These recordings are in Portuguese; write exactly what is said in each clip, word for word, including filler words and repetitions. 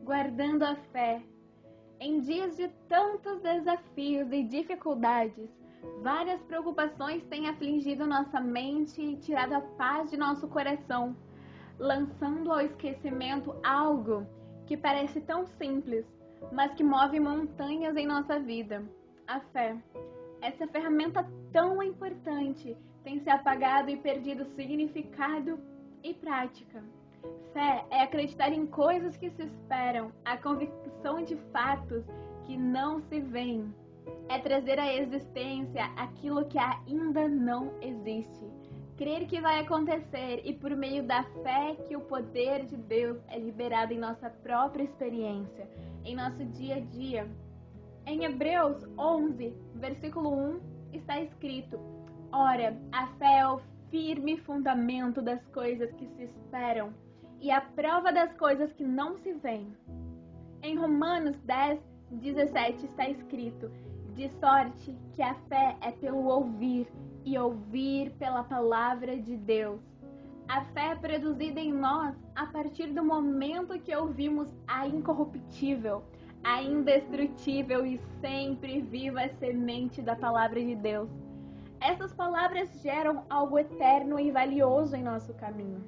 guardando a fé. Em dias de tantos desafios e dificuldades, várias preocupações têm afligido nossa mente e tirado a paz de nosso coração, lançando ao esquecimento algo que parece tão simples, mas que move montanhas em nossa vida: a fé. Essa ferramenta tão importante tem se apagado e perdido significado e prática. Fé é acreditar em coisas que se esperam, a convicção de fatos que não se veem. É trazer à existência aquilo que ainda não existe. Crer que vai acontecer e por meio da fé que o poder de Deus é liberado em nossa própria experiência, em nosso dia a dia. Em Hebreus onze, versículo um, está escrito: Ora, a fé é o firme fundamento das coisas que se esperam e a prova das coisas que não se veem. Em Romanos dez, dezessete está escrito: De sorte que a fé é pelo ouvir, e ouvir pela palavra de Deus. A fé é produzida em nós a partir do momento que ouvimos a incorruptível, a indestrutível e sempre viva semente da palavra de Deus. Essas palavras geram algo eterno e valioso em nosso caminho.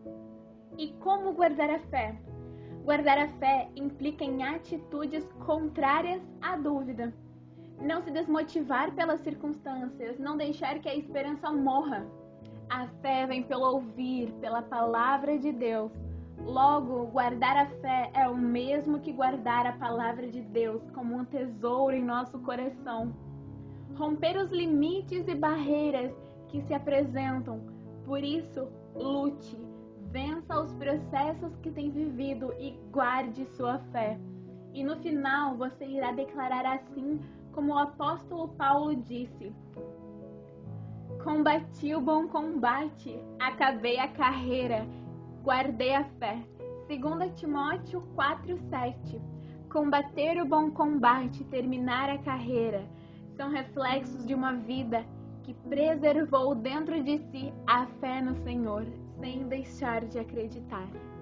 E como guardar a fé? Guardar a fé implica em atitudes contrárias à dúvida. Não se desmotivar pelas circunstâncias, não deixar que a esperança morra. A fé vem pelo ouvir, pela palavra de Deus. Logo, guardar a fé é o mesmo que guardar a palavra de Deus como um tesouro em nosso coração. Romper os limites e barreiras que se apresentam. Por isso, lute, vença os processos que tem vivido e guarde sua fé. E no final, você irá declarar assim como o apóstolo Paulo disse: Combati o bom combate, acabei a carreira, guardei a fé. Segunda Timóteo quatro, sete. Combater o bom combate, terminar a carreira, são reflexos de uma vida que preservou dentro de si a fé no Senhor, sem deixar de acreditar.